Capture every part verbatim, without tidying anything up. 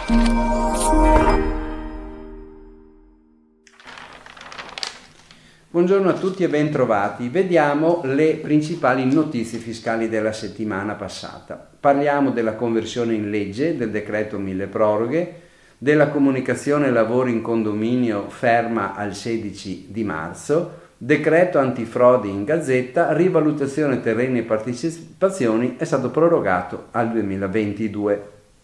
Buongiorno a tutti e ben trovati. Vediamo le principali notizie fiscali della settimana passata. Parliamo della conversione in legge del decreto mille proroghe, della comunicazione lavori in condominio ferma al sedici di marzo, decreto antifrodi in Gazzetta, rivalutazione terreni e partecipazioni è stato prorogato al duemilaventidue.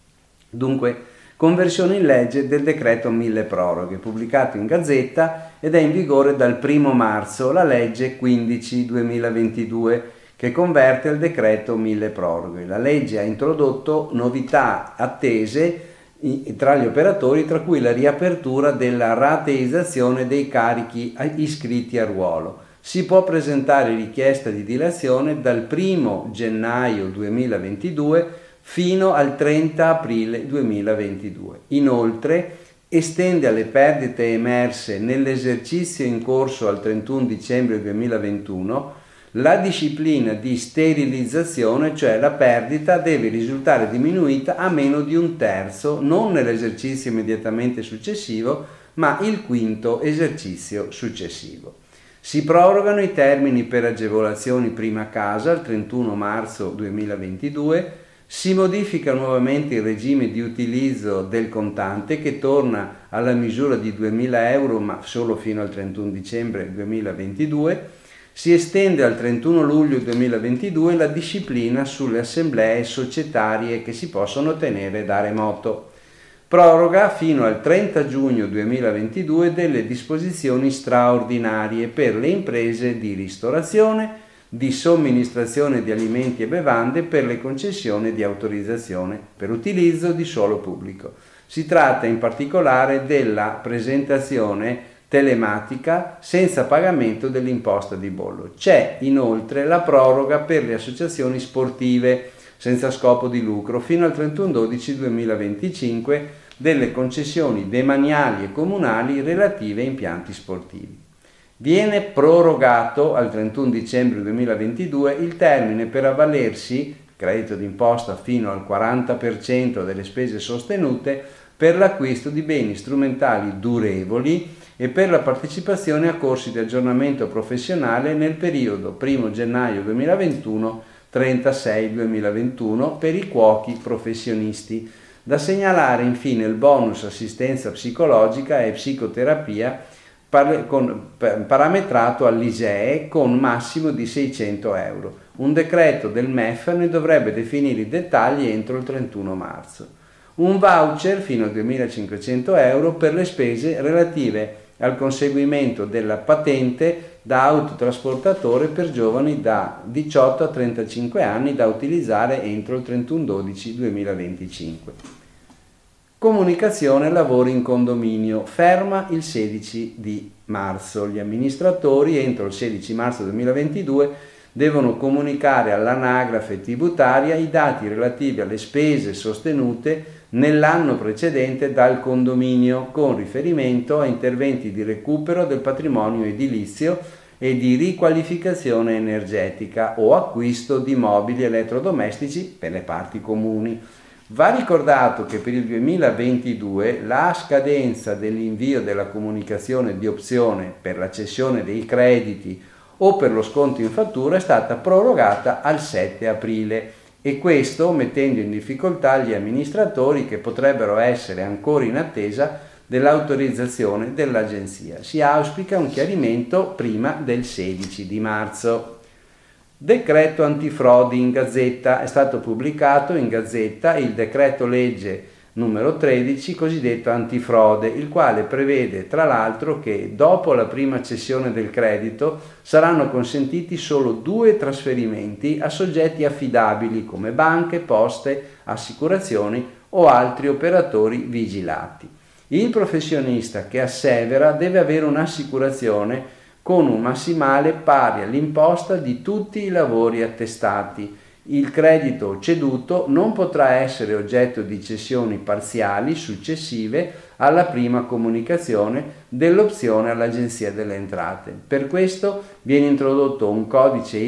Dunque, conversione in legge del decreto mille proroghe, pubblicato in Gazzetta ed è in vigore dal primo marzo la legge quindici duemilaventidue che converte il decreto mille proroghe. La legge ha introdotto novità attese tra gli operatori, tra cui la riapertura della rateizzazione dei carichi iscritti a ruolo. Si può presentare richiesta di dilazione dal primo gennaio duemilaventidue fino al trenta aprile duemilaventidue. Inoltre estende alle perdite emerse nell'esercizio in corso al trentuno dicembre duemilaventuno la disciplina di sterilizzazione, cioè la perdita deve risultare diminuita a meno di un terzo, non nell'esercizio immediatamente successivo, ma il quinto esercizio successivo. Si prorogano i termini per agevolazioni prima casa al trentuno marzo duemilaventidue, si modifica nuovamente il regime di utilizzo del contante che torna alla misura di duemila euro ma solo fino al trentuno dicembre duemilaventidue, si estende al trentuno luglio duemilaventidue la disciplina sulle assemblee societarie che si possono tenere da remoto. Proroga fino al trenta giugno duemilaventidue delle disposizioni straordinarie per le imprese di ristorazione, di somministrazione di alimenti e bevande per le concessioni di autorizzazione per utilizzo di suolo pubblico. Si tratta in particolare della presentazione telematica senza pagamento dell'imposta di bollo. C'è inoltre la proroga per le associazioni sportive senza scopo di lucro fino al trentuno dicembre duemilaventicinque delle concessioni demaniali e comunali relative a impianti sportivi. Viene prorogato al trentuno dicembre duemilaventidue il termine per avvalersi, credito d'imposta fino al quaranta per cento delle spese sostenute, per l'acquisto di beni strumentali durevoli e per la partecipazione a corsi di aggiornamento professionale nel periodo primo gennaio duemilaventuno trentasei duemilaventuno per i cuochi professionisti. Da segnalare infine il bonus assistenza psicologica e psicoterapia par- con, parametrato all'I S E E con un massimo di seicento euro. Un decreto del M E F ne dovrebbe definire i dettagli entro il trentuno marzo. Un voucher fino a duemilacinquecento euro per le spese relative al conseguimento della patente da autotrasportatore per giovani da diciotto a trentacinque anni da utilizzare entro il trentuno dicembre duemilaventicinque. Comunicazione lavori in condominio ferma il sedici di marzo. Gli amministratori entro il sedici marzo duemilaventidue devono comunicare all'anagrafe tributaria i dati relativi alle spese sostenute nell'anno precedente dal condominio con riferimento a interventi di recupero del patrimonio edilizio e di riqualificazione energetica o acquisto di mobili elettrodomestici per le parti comuni. Va ricordato che per il duemilaventidue la scadenza dell'invio della comunicazione di opzione per la cessione dei crediti o per lo sconto in fattura è stata prorogata al sette aprile e questo mettendo in difficoltà gli amministratori che potrebbero essere ancora in attesa dell'autorizzazione dell'agenzia. Si auspica un chiarimento prima del sedici di marzo. Decreto antifrodi in Gazzetta. È stato pubblicato in Gazzetta il decreto legge numero tredici cosiddetto antifrode, il quale prevede tra l'altro che dopo la prima cessione del credito saranno consentiti solo due trasferimenti a soggetti affidabili come banche, poste, assicurazioni o altri operatori vigilati. Il professionista che assevera deve avere un'assicurazione con un massimale pari all'imposta di tutti i lavori attestati. Il credito ceduto non potrà essere oggetto di cessioni parziali successive alla prima comunicazione dell'opzione all'Agenzia delle Entrate. Per questo viene introdotto un codice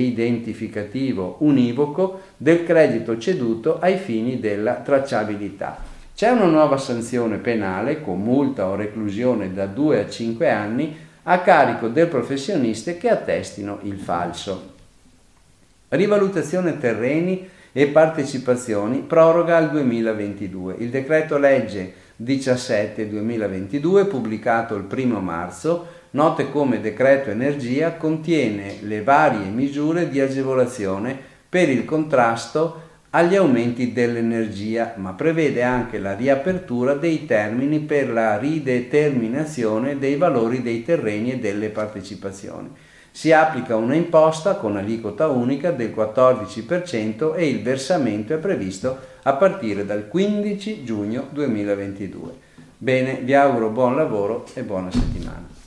identificativo univoco del credito ceduto ai fini della tracciabilità. C'è una nuova sanzione penale con multa o reclusione da due a cinque anni a carico del professionista che attestino il falso. Rivalutazione terreni e partecipazioni, proroga al duemilaventidue. Il decreto legge diciassette duemilaventidue, pubblicato il primo marzo, note come decreto energia, contiene le varie misure di agevolazione per il contrasto agli aumenti dell'energia, ma prevede anche la riapertura dei termini per la rideterminazione dei valori dei terreni e delle partecipazioni. Si applica una imposta con aliquota unica del quattordici per cento e il versamento è previsto a partire dal quindici giugno duemilaventidue. Bene, vi auguro buon lavoro e buona settimana.